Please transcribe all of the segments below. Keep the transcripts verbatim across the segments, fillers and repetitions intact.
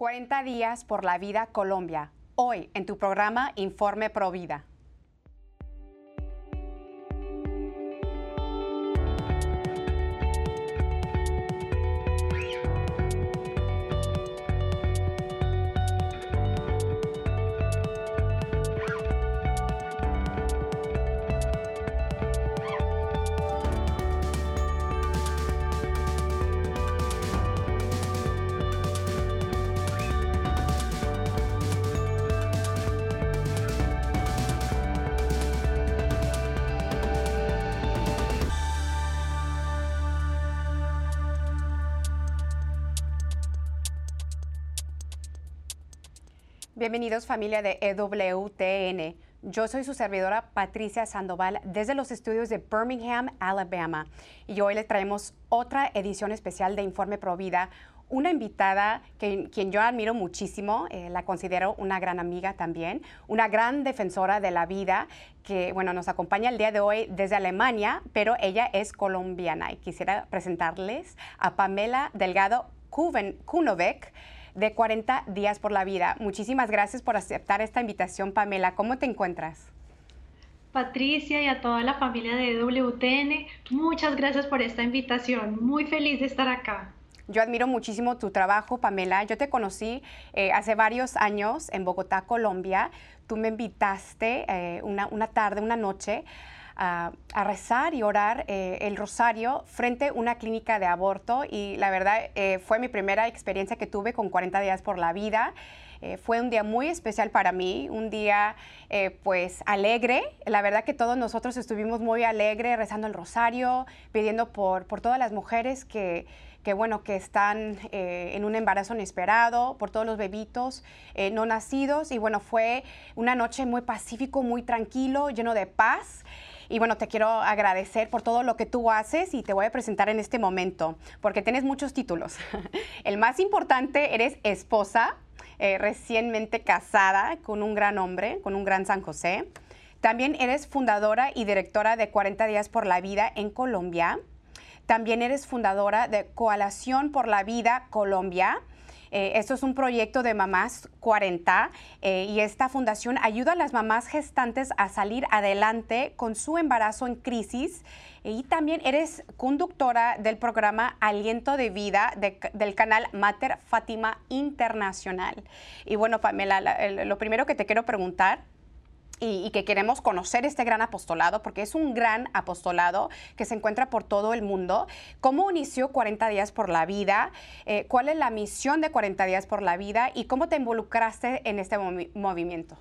cuarenta días por la vida Colombia, hoy en tu programa Informe Provida. Bienvenidos familia de E W T N. Yo soy su servidora Patricia Sandoval desde los estudios de Birmingham, Alabama. Y hoy les traemos otra edición especial de Informe Provida. Una invitada que, quien yo admiro muchísimo, eh, la considero una gran amiga también, una gran defensora de la vida que, bueno, nos acompaña el día de hoy desde Alemania, pero ella es colombiana. Y quisiera presentarles a Pamela Delgado Kunovec, de cuarenta días por la vida. Muchísimas gracias por aceptar esta invitación, Pamela. ¿Cómo te encuentras? Patricia y a toda la familia de E W T N, muchas gracias por esta invitación. Muy feliz de estar acá. Yo admiro muchísimo tu trabajo, Pamela. Yo te conocí eh, hace varios años en Bogotá, Colombia. Tú me invitaste eh, una, una tarde, una noche, A, a rezar y orar eh, el rosario frente a una clínica de aborto, y la verdad eh, fue mi primera experiencia que tuve con cuarenta días por la vida. Eh, fue un día muy especial para mí, un día eh, pues alegre. La verdad que todos nosotros estuvimos muy alegres rezando el rosario, pidiendo por, por todas las mujeres que, que, bueno, que están eh, en un embarazo inesperado, por todos los bebitos eh, no nacidos. Y bueno, fue una noche muy pacífico, muy tranquilo, lleno de paz. Y bueno, te quiero agradecer por todo lo que tú haces y te voy a presentar en este momento, porque tienes muchos títulos. El más importante, eres esposa, eh, recientemente casada con un gran hombre, con un gran San José. También eres fundadora y directora de cuarenta días por la vida en Colombia. También eres fundadora de Coalición por la Vida Colombia. Eh, esto es un proyecto de Mamás cuarenta eh, y esta fundación ayuda a las mamás gestantes a salir adelante con su embarazo en crisis. Y también eres conductora del programa Aliento de Vida de, del canal Mater Fátima Internacional. Y bueno, Pamela, la, el, lo primero que te quiero preguntar, Y, y que queremos conocer este gran apostolado, porque es un gran apostolado que se encuentra por todo el mundo. ¿Cómo inició cuarenta días por la vida? Eh, ¿Cuál es la misión de cuarenta días por la vida? ¿Y cómo te involucraste en este movi movimiento?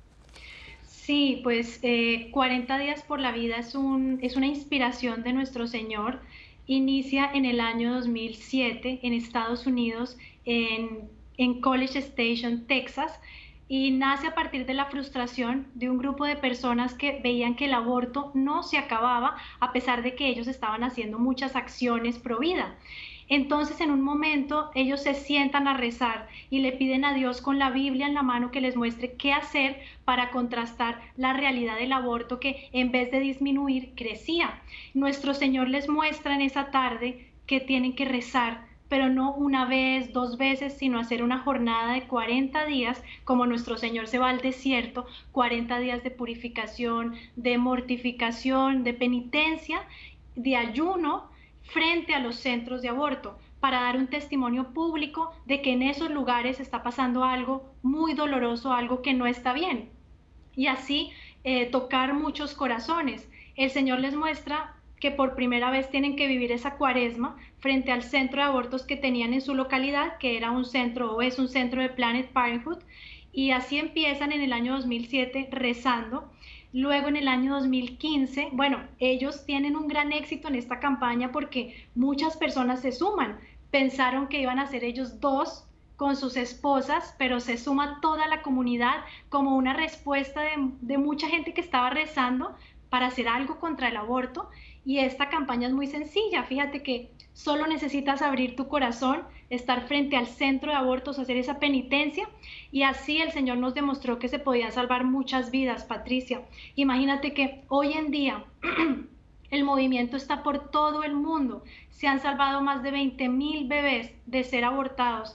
Sí, pues eh, cuarenta días por la vida es, un, es una inspiración de nuestro Señor. Inicia en el año dos mil siete en Estados Unidos, en, en College Station, Texas, y nace a partir de la frustración de un grupo de personas que veían que el aborto no se acababa a pesar de que ellos estaban haciendo muchas acciones pro vida. Entonces, en un momento, ellos se sientan a rezar y le piden a Dios con la Biblia en la mano que les muestre qué hacer para contrastar la realidad del aborto, que en vez de disminuir, crecía. Nuestro Señor les muestra en esa tarde que tienen que rezar, pero no una vez, dos veces, sino hacer una jornada de cuarenta días, como nuestro Señor se va al desierto, cuarenta días de purificación, de mortificación, de penitencia, de ayuno, frente a los centros de aborto, para dar un testimonio público de que en esos lugares está pasando algo muy doloroso, algo que no está bien. Y así eh, tocar muchos corazones. El Señor les muestra que por primera vez tienen que vivir esa cuaresma frente al centro de abortos que tenían en su localidad, que era un centro o es un centro de Planned Parenthood, y así empiezan en el año dos mil siete rezando. Luego en el año dos mil quince, bueno, ellos tienen un gran éxito en esta campaña porque muchas personas se suman. Pensaron que iban a ser ellos dos con sus esposas, pero se suma toda la comunidad como una respuesta de, de mucha gente que estaba rezando para hacer algo contra el aborto. Y esta campaña es muy sencilla. Fíjate que solo necesitas abrir tu corazón, estar frente al centro de abortos, hacer esa penitencia, y así el Señor nos demostró que se podían salvar muchas vidas, Patricia. Imagínate que hoy en día el movimiento está por todo el mundo. Se han salvado más de veinte mil bebés de ser abortados.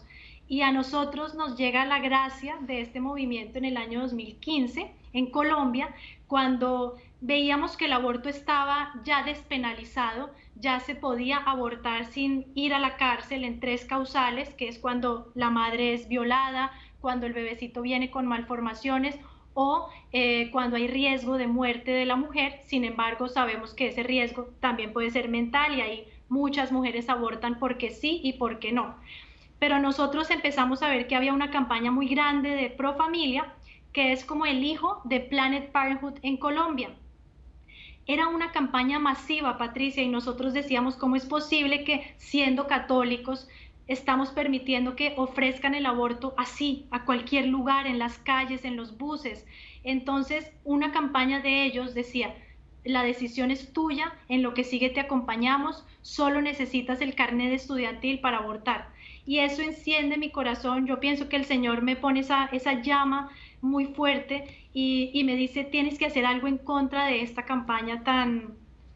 Y a nosotros nos llega la gracia de este movimiento en el año dos mil quince en Colombia, cuando veíamos que el aborto estaba ya despenalizado, ya se podía abortar sin ir a la cárcel en tres causales, que es cuando la madre es violada, cuando el bebecito viene con malformaciones o eh, cuando hay riesgo de muerte de la mujer. Sin embargo, sabemos que ese riesgo también puede ser mental y ahí muchas mujeres abortan porque sí y porque no. Pero nosotros empezamos a ver que había una campaña muy grande de Pro Familia, que es como el hijo de Planet Parenthood en Colombia. Era una campaña masiva, Patricia, y nosotros decíamos, ¿cómo es posible que siendo católicos estamos permitiendo que ofrezcan el aborto así, a cualquier lugar, en las calles, en los buses? Entonces, una campaña de ellos decía, la decisión es tuya, en lo que sigue te acompañamos, solo necesitas el carnet estudiantil para abortar. Y eso enciende mi corazón. Yo pienso que el Señor me pone esa, esa llama muy fuerte y, y me dice, tienes que hacer algo en contra de esta campaña tan,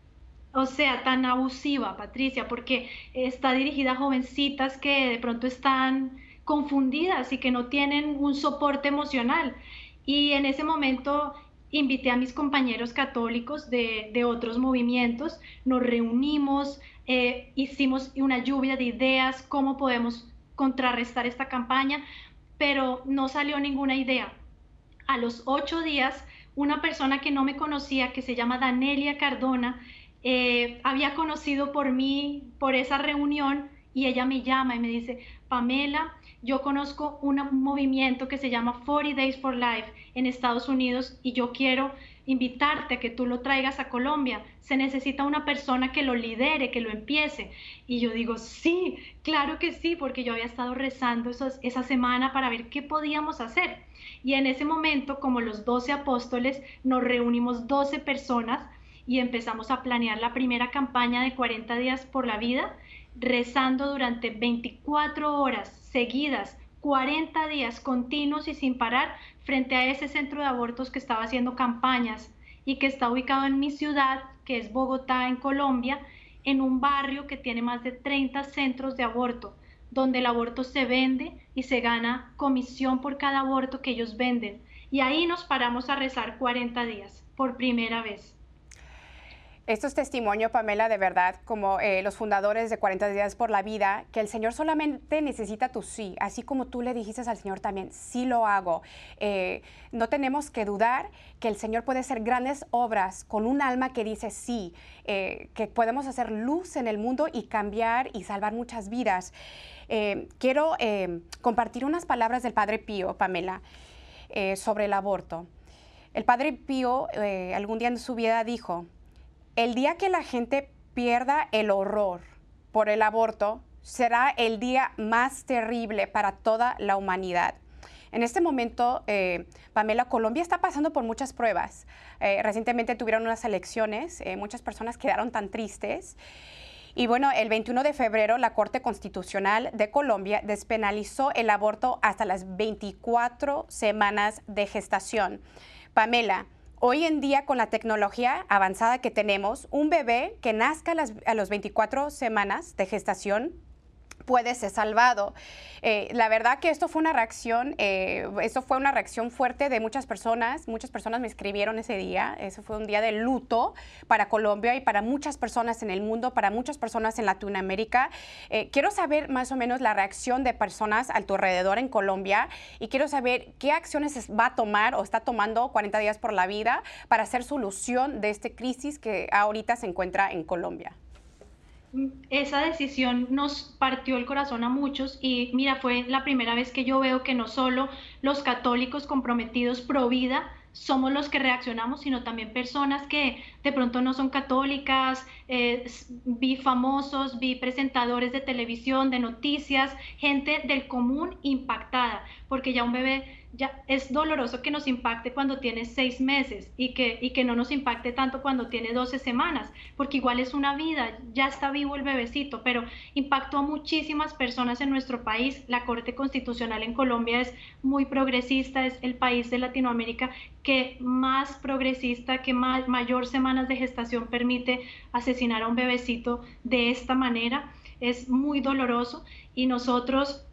o sea, tan abusiva, Patricia, porque está dirigida a jovencitas que de pronto están confundidas y que no tienen un soporte emocional. Y en ese momento invité a mis compañeros católicos de, de otros movimientos, nos reunimos, eh, hicimos una lluvia de ideas, cómo podemos contrarrestar esta campaña, pero no salió ninguna idea. A los ocho días, una persona que no me conocía, que se llama Danelia Cardona, eh, había conocido por mí, por esa reunión, y ella me llama y me dice, Pamela, yo conozco un movimiento que se llama cuarenta Days for Life en Estados Unidos y yo quiero invitarte a que tú lo traigas a Colombia. Se necesita una persona que lo lidere, que lo empiece. Y yo digo, sí, claro que sí, porque yo había estado rezando esos, esa semana para ver qué podíamos hacer. Y en ese momento, como los doce apóstoles, nos reunimos doce personas y empezamos a planear la primera campaña de cuarenta días por la vida, rezando durante veinticuatro horas seguidas, cuarenta días continuos y sin parar, frente a ese centro de abortos que estaba haciendo campañas y que está ubicado en mi ciudad, que es Bogotá, en Colombia, en un barrio que tiene más de treinta centros de aborto, donde el aborto se vende y se gana comisión por cada aborto que ellos venden. Y ahí nos paramos a rezar cuarenta días, por primera vez. Esto es testimonio, Pamela, de verdad, como eh, los fundadores de cuarenta días por la vida, que el Señor solamente necesita tu sí, así como tú le dijiste al Señor también, sí lo hago. Eh, no tenemos que dudar que el Señor puede hacer grandes obras con un alma que dice sí, eh, que podemos hacer luz en el mundo y cambiar y salvar muchas vidas. Eh, quiero eh, compartir unas palabras del Padre Pío, Pamela, eh, sobre el aborto. El Padre Pío eh, algún día en su vida dijo, el día que la gente pierda el horror por el aborto será el día más terrible para toda la humanidad. En este momento, eh, Pamela, Colombia está pasando por muchas pruebas. Eh, recientemente tuvieron unas elecciones, eh, muchas personas quedaron tan tristes. Y bueno, el veintiuno de febrero la Corte Constitucional de Colombia despenalizó el aborto hasta las veinticuatro semanas de gestación. Pamela, hoy en día, con la tecnología avanzada que tenemos, un bebé que nazca a las, a las veinticuatro semanas de gestación puede ser salvado. Eh, la verdad que esto fue una reacción, eh, esto fue una reacción fuerte de muchas personas. Muchas personas me escribieron ese día. Ese fue un día de luto para Colombia y para muchas personas en el mundo, para muchas personas en Latinoamérica. Eh, quiero saber más o menos la reacción de personas a tu alrededor en Colombia y quiero saber qué acciones va a tomar o está tomando cuarenta días por la vida para hacer solución de esta crisis que ahorita se encuentra en Colombia. Esa decisión nos partió el corazón a muchos y mira, fue la primera vez que yo veo que no solo los católicos comprometidos pro vida somos los que reaccionamos, sino también personas que de pronto no son católicas. Eh, vi famosos, vi presentadores de televisión, de noticias, gente del común impactada, porque ya un bebé, ya es doloroso que nos impacte cuando tiene seis meses y que, y que no nos impacte tanto cuando tiene doce semanas, porque igual es una vida, ya está vivo el bebecito, pero impactó a muchísimas personas en nuestro país. La Corte Constitucional en Colombia es muy progresista, es el país de Latinoamérica que más progresista, que más, mayor semanas de gestación permite asesinar a un bebecito de esta manera. Es muy doloroso y nosotros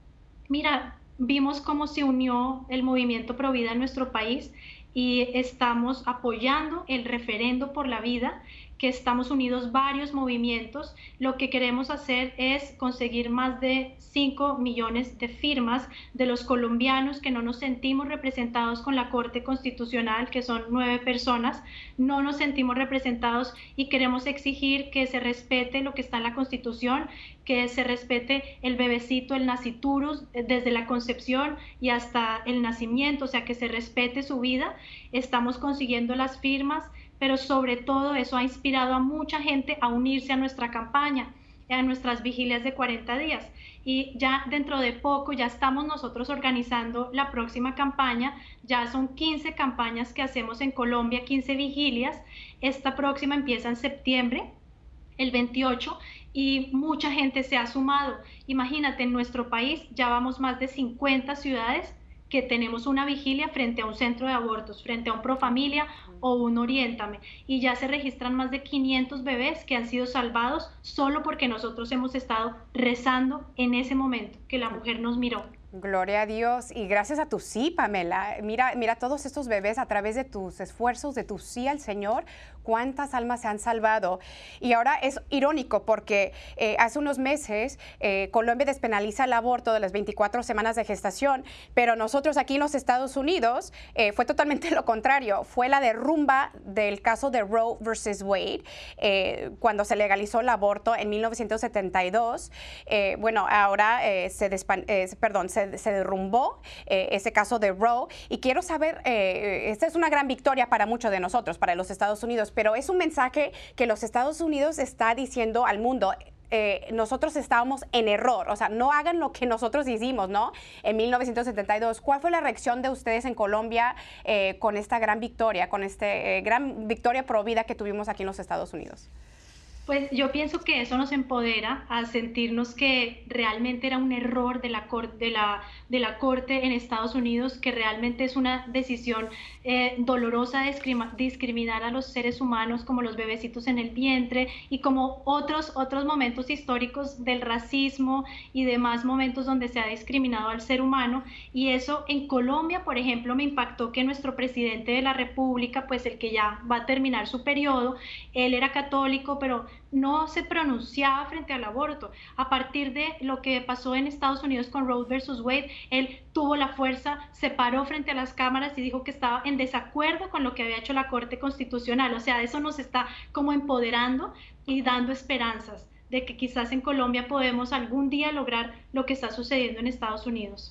Mira, vimos cómo se unió el movimiento Provida en nuestro país y estamos apoyando el referendo por la vida, que estamos unidos varios movimientos. Lo que queremos hacer es conseguir más de cinco millones de firmas de los colombianos que no nos sentimos representados con la Corte Constitucional, que son nueve personas, no nos sentimos representados y queremos exigir que se respete lo que está en la Constitución, que se respete el bebecito, el naciturus, desde la concepción y hasta el nacimiento, o sea, que se respete su vida. Estamos consiguiendo las firmas, pero sobre todo eso ha inspirado a mucha gente a unirse a nuestra campaña, a nuestras vigilias de cuarenta días. Y ya dentro de poco ya estamos nosotros organizando la próxima campaña, ya son quince campañas que hacemos en Colombia, quince vigilias. Esta próxima empieza en septiembre, el veintiocho, y mucha gente se ha sumado. Imagínate, en nuestro país ya vamos más de cincuenta ciudades que tenemos una vigilia frente a un centro de abortos, frente a un Profamilia o un Oriéntame, y ya se registran más de quinientos bebés que han sido salvados solo porque nosotros hemos estado rezando en ese momento que la mujer nos miró. Gloria a Dios y gracias a tu sí, Pamela. Mira, mira todos estos bebés a través de tus esfuerzos, de tu sí al Señor, cuántas almas se han salvado. Y ahora es irónico porque eh, hace unos meses eh, Colombia despenaliza el aborto de las veinticuatro semanas de gestación, pero nosotros aquí en los Estados Unidos eh, fue totalmente lo contrario. Fue la derrumba del caso de Roe versus Wade, eh, cuando se legalizó el aborto en mil novecientos setenta y dos. Eh, bueno, ahora eh, se, despan eh, perdón, se Se, se derrumbó eh, ese caso de Roe y quiero saber, eh, esta es una gran victoria para muchos de nosotros, para los Estados Unidos, pero es un mensaje que los Estados Unidos está diciendo al mundo. Eh, nosotros estábamos en error, o sea, no hagan lo que nosotros hicimos, ¿no? En mil novecientos setenta y dos. ¿Cuál fue la reacción de ustedes en Colombia eh, con esta gran victoria, con esta eh, gran victoria pro vida que tuvimos aquí en los Estados Unidos? Pues yo pienso que eso nos empodera a sentirnos que realmente era un error de la, cor de la, de la Corte en Estados Unidos, que realmente es una decisión eh, dolorosa de discriminar a los seres humanos como los bebecitos en el vientre y como otros, otros momentos históricos del racismo y demás momentos donde se ha discriminado al ser humano. Y eso en Colombia, por ejemplo, me impactó que nuestro presidente de la República, pues el que ya va a terminar su periodo, él era católico, pero no se pronunciaba frente al aborto. A partir de lo que pasó en Estados Unidos con Roe versus Wade, él tuvo la fuerza, se paró frente a las cámaras y dijo que estaba en desacuerdo con lo que había hecho la Corte Constitucional. O sea, eso nos está como empoderando y dando esperanzas de que quizás en Colombia podemos algún día lograr lo que está sucediendo en Estados Unidos.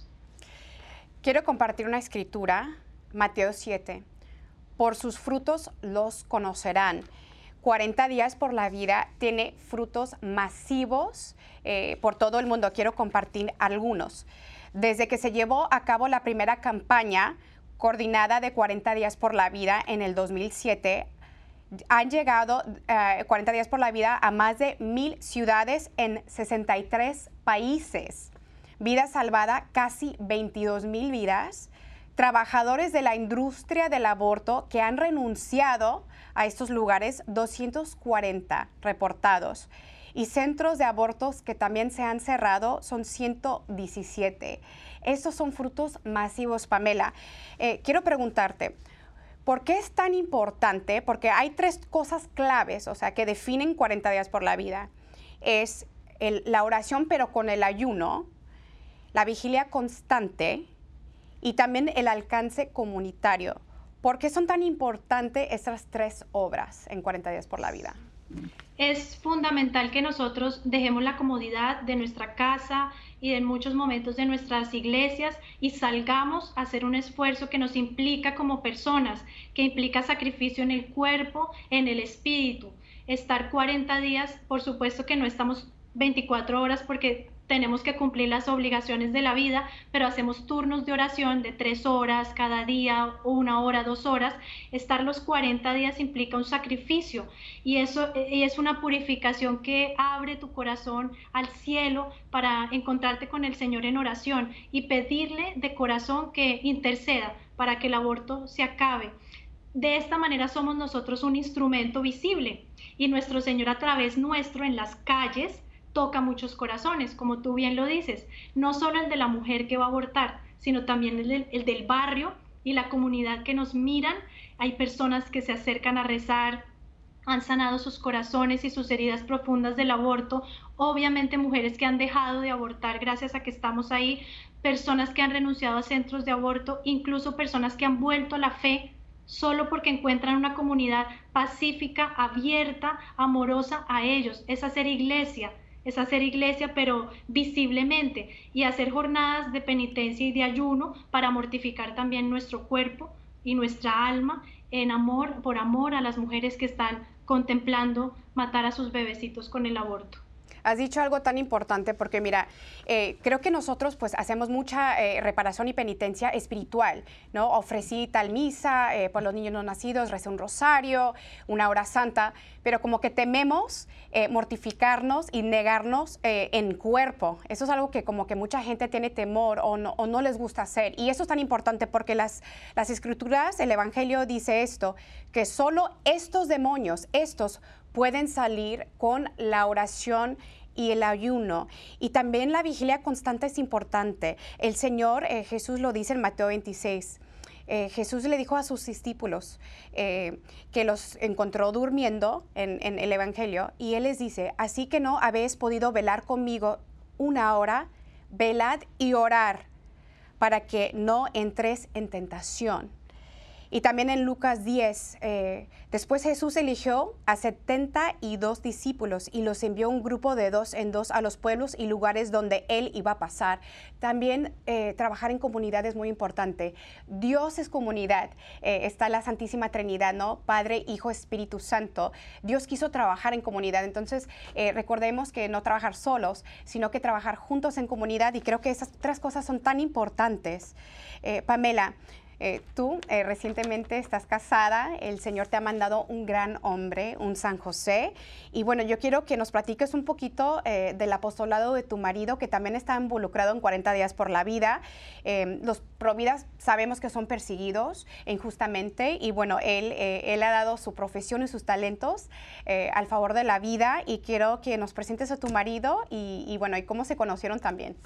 Quiero compartir una escritura, Mateo siete. Por sus frutos los conocerán. cuarenta días por la vida tiene frutos masivos eh, por todo el mundo. Quiero compartir algunos. Desde que se llevó a cabo la primera campaña coordinada de cuarenta días por la vida en el dos mil siete, han llegado uh, cuarenta días por la vida a más de mil ciudades en sesenta y tres países. Vida salvada, casi veintidós mil vidas. Trabajadores de la industria del aborto que han renunciado a estos lugares, doscientos cuarenta reportados. Y centros de abortos que también se han cerrado son ciento diecisiete. Estos son frutos masivos, Pamela. Eh, quiero preguntarte, ¿por qué es tan importante? Porque hay tres cosas claves, o sea, que definen cuarenta días por la vida. Es el, la oración, pero con el ayuno, la vigilia constante y también el alcance comunitario. ¿Por qué son tan importantes estas tres obras en cuarenta días por la vida? Es fundamental que nosotros dejemos la comodidad de nuestra casa y en muchos momentos de nuestras iglesias y salgamos a hacer un esfuerzo que nos implica como personas, que implica sacrificio en el cuerpo, en el espíritu. Estar cuarenta días, por supuesto que no estamos veinticuatro horas porque tenemos que cumplir las obligaciones de la vida, pero hacemos turnos de oración de tres horas cada día, una hora, dos horas. Estar los cuarenta días implica un sacrificio y eso y es una purificación que abre tu corazón al cielo para encontrarte con el Señor en oración y pedirle de corazón que interceda para que el aborto se acabe. De esta manera somos nosotros un instrumento visible y nuestro Señor a través nuestro en las calles toca muchos corazones, como tú bien lo dices, no solo el de la mujer que va a abortar, sino también el del, el del barrio y la comunidad que nos miran. Hay personas que se acercan a rezar, han sanado sus corazones y sus heridas profundas del aborto, obviamente mujeres que han dejado de abortar gracias a que estamos ahí, personas que han renunciado a centros de aborto, incluso personas que han vuelto a la fe solo porque encuentran una comunidad pacífica, abierta, amorosa a ellos. Es hacer iglesia, es hacer iglesia pero visiblemente, y hacer jornadas de penitencia y de ayuno para mortificar también nuestro cuerpo y nuestra alma en amor, por amor a las mujeres que están contemplando matar a sus bebecitos con el aborto. Has dicho algo tan importante porque mira, eh, creo que nosotros pues hacemos mucha eh, reparación y penitencia espiritual, ¿no? Ofrecí tal misa eh, por los niños no nacidos, recé un rosario, una hora santa, pero como que tememos eh, mortificarnos y negarnos eh, en cuerpo. Eso es algo que como que mucha gente tiene temor o no, o no les gusta hacer. Y eso es tan importante porque las, las escrituras, el Evangelio dice esto, que solo estos demonios, estos pueden salir con la oración y el ayuno. Y también la vigilia constante es importante. El Señor eh, Jesús lo dice en Mateo veintiséis. Eh, Jesús le dijo a sus discípulos eh, que los encontró durmiendo en, en el Evangelio y Él les dice, así que no habéis podido velar conmigo una hora, velad y orar para que no entres en tentación. Y también en Lucas diez, eh, después Jesús eligió a setenta y dos discípulos y los envió un grupo de dos en dos a los pueblos y lugares donde Él iba a pasar. También eh, trabajar en comunidad es muy importante. Dios es comunidad. Eh, está la Santísima Trinidad, ¿no? Padre, Hijo, Espíritu Santo. Dios quiso trabajar en comunidad. Entonces, eh, recordemos que no trabajar solos, sino que trabajar juntos en comunidad. Y creo que esas tres cosas son tan importantes. Eh, Pamela, Eh, tú eh, recientemente estás casada, el Señor te ha mandado un gran hombre, un San José, y bueno, yo quiero que nos platiques un poquito eh, del apostolado de tu marido, que también está involucrado en cuarenta días por la vida. Eh, los providas sabemos que son perseguidos injustamente, y bueno, él, eh, él ha dado su profesión y sus talentos eh, al favor de la vida, y quiero que nos presentes a tu marido y, y bueno, y cómo se conocieron también.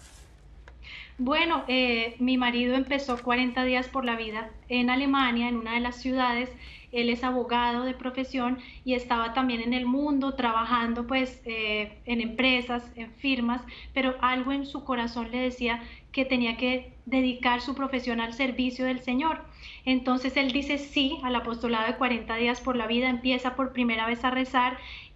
Bueno, eh, mi marido empezó cuarenta días por la vida en Alemania, en una de las ciudades. Él es abogado de profesión y estaba también en el mundo trabajando pues eh, en empresas, en firmas, pero algo en su corazón le decía que tenía que dedicar su profesión al servicio del Señor. Entonces él dice sí al apostolado de cuarenta días por la vida, empieza por primera vez a rezar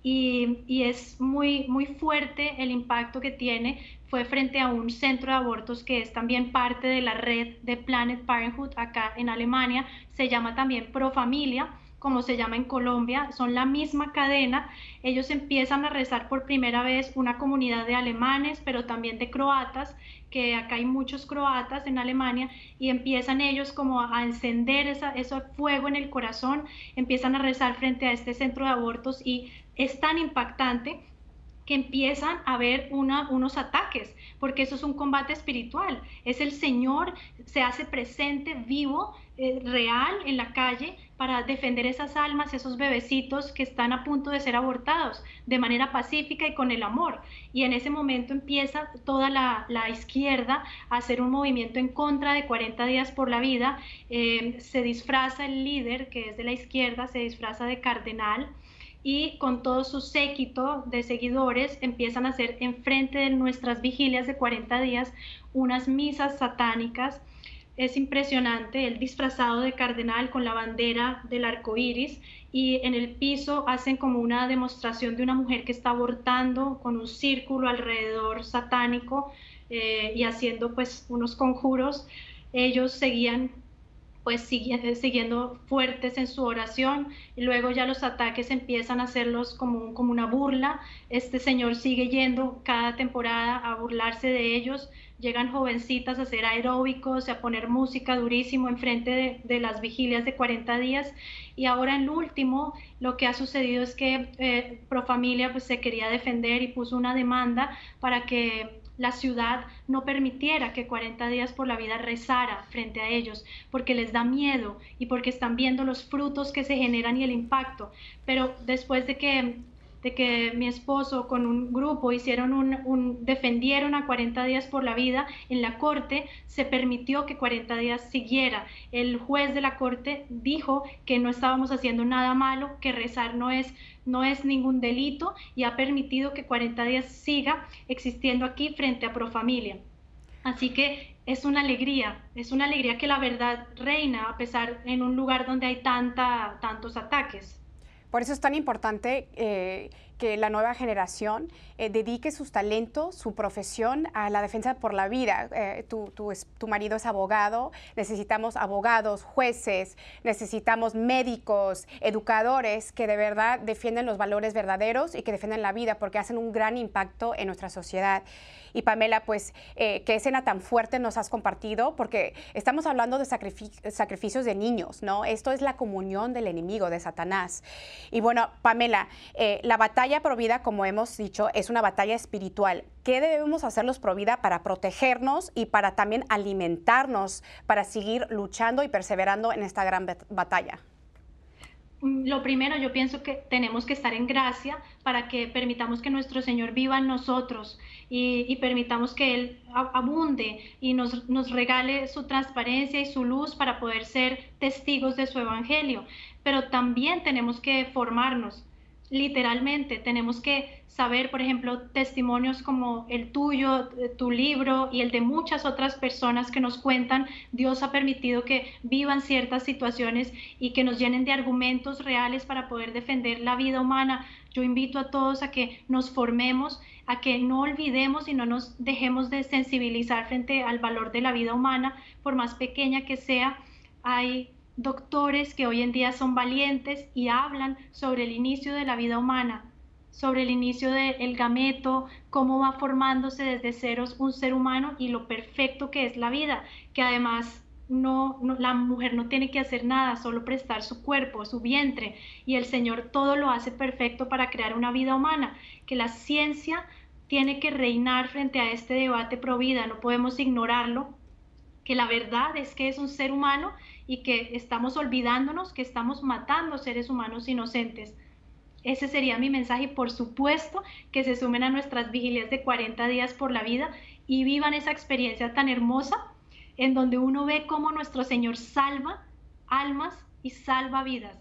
y, y es muy, muy fuerte el impacto que tiene. Fue frente a un centro de abortos que es también parte de la red de Planned Parenthood acá en Alemania, se llama también Pro Familia, como se llama en Colombia, son la misma cadena. Ellos empiezan a rezar por primera vez una comunidad de alemanes, pero también de croatas, que acá hay muchos croatas en Alemania, y empiezan ellos como a encender esa, ese fuego en el corazón, empiezan a rezar frente a este centro de abortos y es tan impactante que empiezan a ver una, unos ataques, porque eso es un combate espiritual, es el Señor, se hace presente, vivo, eh, real en la calle para defender esas almas, esos bebecitos que están a punto de ser abortados de manera pacífica y con el amor. Y en ese momento empieza toda la, la izquierda a hacer un movimiento en contra de cuarenta días por la vida, eh, se disfraza el líder, que es de la izquierda, se disfraza de cardenal, y con todo su séquito de seguidores empiezan a hacer enfrente de nuestras vigilias de cuarenta días unas misas satánicas. Es impresionante, el disfrazado de cardenal con la bandera del arco iris, y en el piso hacen como una demostración de una mujer que está abortando con un círculo alrededor satánico eh, y haciendo pues unos conjuros. Ellos seguían pues siguiendo fuertes en su oración, y luego ya los ataques empiezan a hacerlos como, como una burla. Este señor sigue yendo cada temporada a burlarse de ellos, llegan jovencitas a hacer aeróbicos, a poner música durísimo enfrente de, de las vigilias de cuarenta días, y ahora en lo último lo que ha sucedido es que eh, Profamilia pues se quería defender y puso una demanda para que la ciudad no permitiera que cuarenta días por la vida rezara frente a ellos, porque les da miedo y porque están viendo los frutos que se generan y el impacto. Pero después de que de que mi esposo con un grupo hicieron un, un, defendieron a cuarenta días por la vida, en la corte se permitió que cuarenta días siguiera. El juez de la corte dijo que no estábamos haciendo nada malo, que rezar no es, no es ningún delito, y ha permitido que cuarenta días siga existiendo aquí frente a Profamilia. Así que es una alegría, es una alegría que la verdad reina a pesar en un lugar donde hay tanta, tantos ataques. Por eso es tan importante eh, que la nueva generación eh, dedique sus talentos, su profesión a la defensa por la vida. Eh, tu, tu, tu marido es abogado, necesitamos abogados, jueces, necesitamos médicos, educadores que de verdad defienden los valores verdaderos y que defienden la vida porque hacen un gran impacto en nuestra sociedad. Y Pamela, pues, eh, qué escena tan fuerte nos has compartido, porque estamos hablando de sacrific sacrificios de niños, ¿no? Esto es la comunión del enemigo, de Satanás. Y bueno, Pamela, eh, la batalla pro vida, como hemos dicho, es una batalla espiritual. ¿Qué debemos hacer los pro vida para protegernos y para también alimentarnos, para seguir luchando y perseverando en esta gran batalla? Lo primero, yo pienso que tenemos que estar en gracia para que permitamos que nuestro Señor viva en nosotros y, y permitamos que Él abunde y nos, nos regale su transparencia y su luz para poder ser testigos de su evangelio. Pero también tenemos que formarnos. Literalmente tenemos que saber, por ejemplo, testimonios como el tuyo, tu libro y el de muchas otras personas que nos cuentan. Dios ha permitido que vivan ciertas situaciones y que nos llenen de argumentos reales para poder defender la vida humana. Yo invito a todos a que nos formemos, a que no olvidemos y no nos dejemos de sensibilizar frente al valor de la vida humana, por más pequeña que sea. Hay doctores que hoy en día son valientes y hablan sobre el inicio de la vida humana, sobre el inicio del gameto, cómo va formándose desde ceros un ser humano y lo perfecto que es la vida, que además no, no, la mujer no tiene que hacer nada, solo prestar su cuerpo, su vientre, y el Señor todo lo hace perfecto para crear una vida humana, que la ciencia tiene que reinar frente a este debate pro vida, no podemos ignorarlo, que la verdad es que es un ser humano y que estamos olvidándonos que estamos matando seres humanos inocentes. Ese sería mi mensaje y por supuesto que se sumen a nuestras vigilias de cuarenta días por la vida y vivan esa experiencia tan hermosa en donde uno ve cómo nuestro Señor salva almas y salva vidas.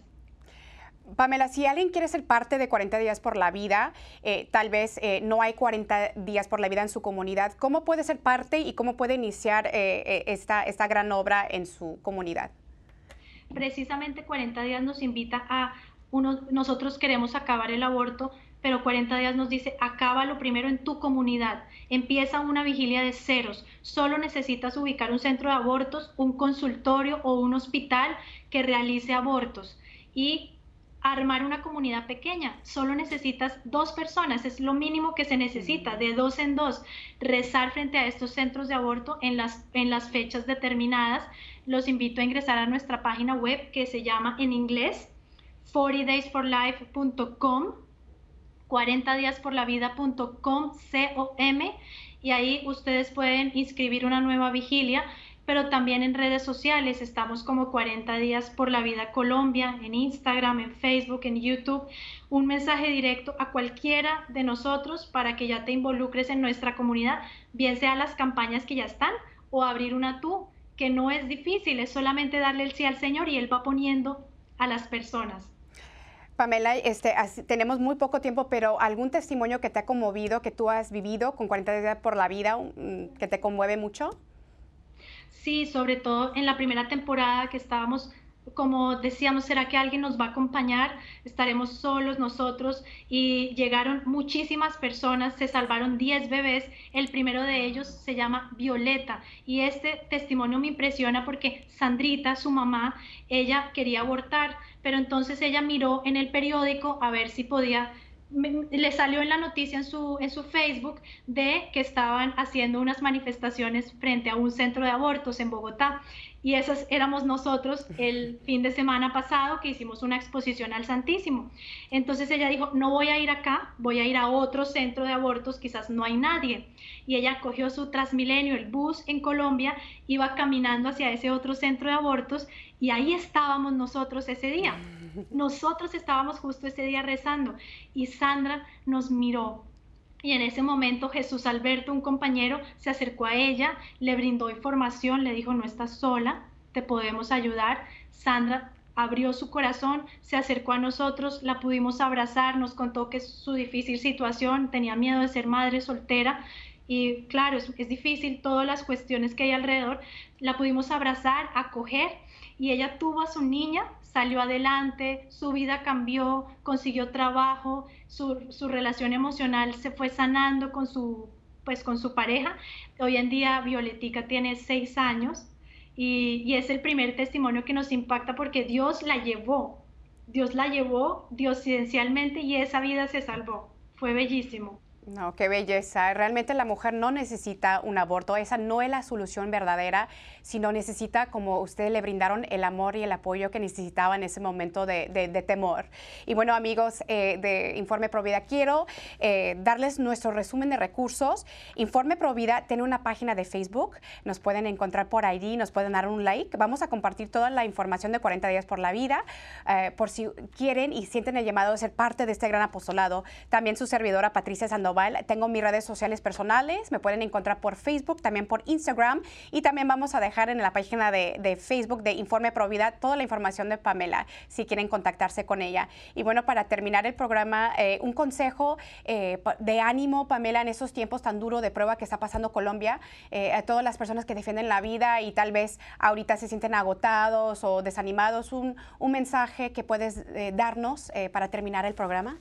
Pamela, si alguien quiere ser parte de cuarenta días por la vida, eh, tal vez eh, no hay cuarenta días por la vida en su comunidad, ¿cómo puede ser parte y cómo puede iniciar eh, esta, esta gran obra en su comunidad? Precisamente cuarenta días nos invita a, uno, nosotros queremos acabar el aborto, pero cuarenta días nos dice, acábalo primero en tu comunidad, empieza una vigilia de ceros, solo necesitas ubicar un centro de abortos, un consultorio o un hospital que realice abortos y armar una comunidad pequeña, solo necesitas dos personas, es lo mínimo que se necesita, de dos en dos, rezar frente a estos centros de aborto en las, en las fechas determinadas. Los invito a ingresar a nuestra página web que se llama en inglés cuarenta days for life punto com, cuarenta días por la vida punto com, C O M, y ahí ustedes pueden inscribir una nueva vigilia, pero también en redes sociales estamos como cuarenta días por la vida Colombia, en Instagram, en Facebook, en YouTube, un mensaje directo a cualquiera de nosotros para que ya te involucres en nuestra comunidad, bien sea las campañas que ya están o abrir una tú, que no es difícil, es solamente darle el sí al Señor y Él va poniendo a las personas. Pamela, este, así, tenemos muy poco tiempo, pero ¿algún testimonio que te ha conmovido, que tú has vivido con cuarenta días por la vida, que te conmueve mucho? Sí, sobre todo en la primera temporada que estábamos, como decíamos, ¿será que alguien nos va a acompañar? Estaremos solos nosotros y llegaron muchísimas personas, se salvaron diez bebés, el primero de ellos se llama Violeta y este testimonio me impresiona porque Sandrita, su mamá, ella quería abortar, pero entonces ella miró en el periódico a ver si podía, le salió en la noticia en su, en su Facebook de que estaban haciendo unas manifestaciones frente a un centro de abortos en Bogotá y esas éramos nosotros el fin de semana pasado que hicimos una exposición al Santísimo. Entonces ella dijo, no voy a ir acá, voy a ir a otro centro de abortos, quizás no hay nadie. Y ella cogió su Transmilenio, el bus en Colombia, iba caminando hacia ese otro centro de abortos y ahí estábamos nosotros ese día. Nosotros estábamos justo ese día rezando y Sandra nos miró. Y en ese momento Jesús Alberto, un compañero, se acercó a ella, le brindó información, le dijo, no estás sola, te podemos ayudar. Sandra abrió su corazón, se acercó a nosotros, la pudimos abrazar, nos contó que su difícil situación, tenía miedo de ser madre soltera y claro, es, es difícil todas las cuestiones que hay alrededor, la pudimos abrazar, acoger y ella tuvo a su niña, salió adelante, su vida cambió, consiguió trabajo, su, su relación emocional se fue sanando con su, pues, con su pareja. Hoy en día Violetica tiene seis años y, y es el primer testimonio que nos impacta porque Dios la llevó, Dios la llevó diosidencialmente y esa vida se salvó. Fue bellísimo. No, qué belleza. Realmente la mujer no necesita un aborto. Esa no es la solución verdadera, sino necesita, como ustedes le brindaron, el amor y el apoyo que necesitaba en ese momento de, de, de temor. Y bueno, amigos eh, de Informe Provida, quiero eh, darles nuestro resumen de recursos. Informe Provida tiene una página de Facebook. Nos pueden encontrar por ahí, nos pueden dar un like. Vamos a compartir toda la información de cuarenta días por la vida, eh, por si quieren y sienten el llamado de ser parte de este gran apostolado. También su servidora Patricia Sandoval. Tengo mis redes sociales personales, me pueden encontrar por Facebook, también por Instagram y también vamos a dejar en la página de, de Facebook de Informe Provida toda la información de Pamela si quieren contactarse con ella. Y bueno, para terminar el programa, eh, un consejo eh, de ánimo, Pamela, en esos tiempos tan duros de prueba que está pasando Colombia, eh, a todas las personas que defienden la vida y tal vez ahorita se sienten agotados o desanimados, un, un mensaje que puedes eh, darnos eh, para terminar el programa.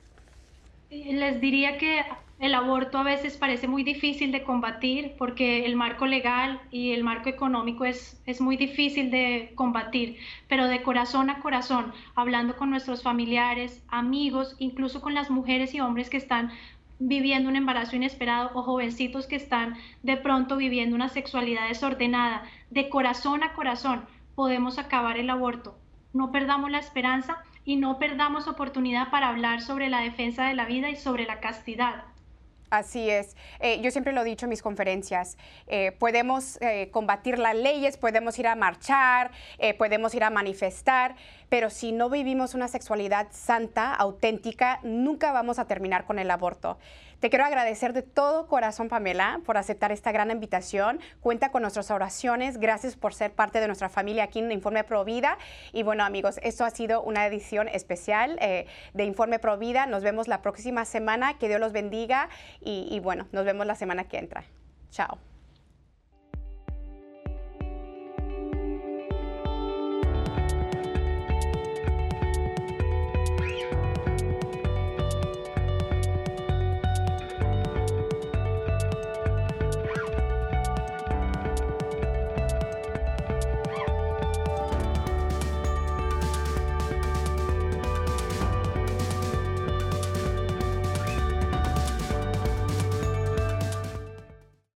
Les diría que el aborto a veces parece muy difícil de combatir porque el marco legal y el marco económico es, es muy difícil de combatir, pero de corazón a corazón, hablando con nuestros familiares, amigos, incluso con las mujeres y hombres que están viviendo un embarazo inesperado o jovencitos que están de pronto viviendo una sexualidad desordenada, de corazón a corazón podemos acabar el aborto. No perdamos la esperanza y no perdamos oportunidad para hablar sobre la defensa de la vida y sobre la castidad. Así es. Eh, yo siempre lo he dicho en mis conferencias, eh, podemos eh, combatir las leyes, podemos ir a marchar, eh, podemos ir a manifestar, pero si no vivimos una sexualidad santa, auténtica, nunca vamos a terminar con el aborto. Te quiero agradecer de todo corazón, Pamela, por aceptar esta gran invitación. Cuenta con nuestras oraciones. Gracias por ser parte de nuestra familia aquí en Informe Provida. Y bueno, amigos, esto ha sido una edición especial eh, de Informe Provida. Nos vemos la próxima semana. Que Dios los bendiga. Y, y bueno, nos vemos la semana que entra. Chao.